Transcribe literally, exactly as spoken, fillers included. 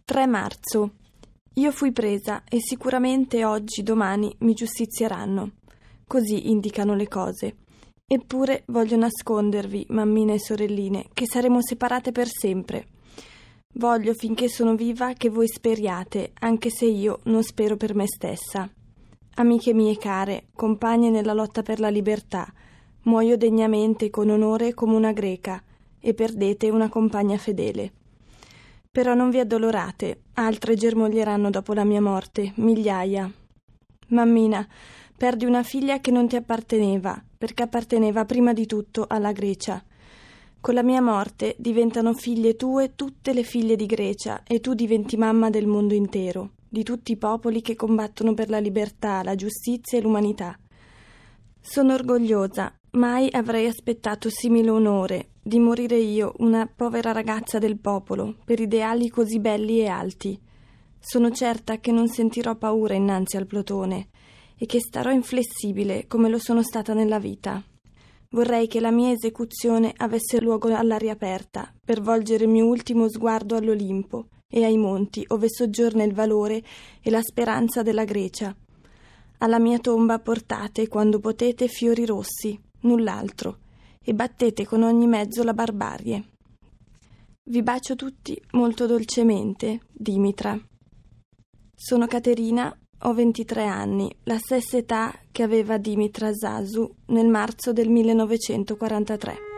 tre marzo. Io fui presa e sicuramente oggi, domani mi giustizieranno. Così indicano le cose. Eppure voglio nascondervi, mammine e sorelline, che saremo separate per sempre. Voglio, finché sono viva, che voi speriate, anche se io non spero per me stessa. Amiche mie care, compagne nella lotta per la libertà, muoio degnamente e con onore come una greca, e perdete una compagna fedele. Però non vi addolorate, altre germoglieranno dopo la mia morte, migliaia. Mammina, perdi una figlia che non ti apparteneva, perché apparteneva prima di tutto alla Grecia. Con la mia morte diventano figlie tue tutte le figlie di Grecia e tu diventi mamma del mondo intero, di tutti i popoli che combattono per la libertà, la giustizia e l'umanità. Sono orgogliosa, mai avrei aspettato simile onore, di morire io, una povera ragazza del popolo, per ideali così belli e alti. Sono certa che non sentirò paura innanzi al plotone e che starò inflessibile come lo sono stata nella vita. Vorrei che la mia esecuzione avesse luogo all'aria aperta, per volgere il mio ultimo sguardo all'Olimpo e ai monti ove soggiorna il valore e la speranza della Grecia. Alla mia tomba portate, quando potete, fiori rossi, null'altro, e battete con ogni mezzo la barbarie. Vi bacio tutti molto dolcemente, Dimitra. Sono Caterina, ho ventitré anni, la stessa età che aveva Dimitra Zasu nel marzo del millenovecentoquarantatré.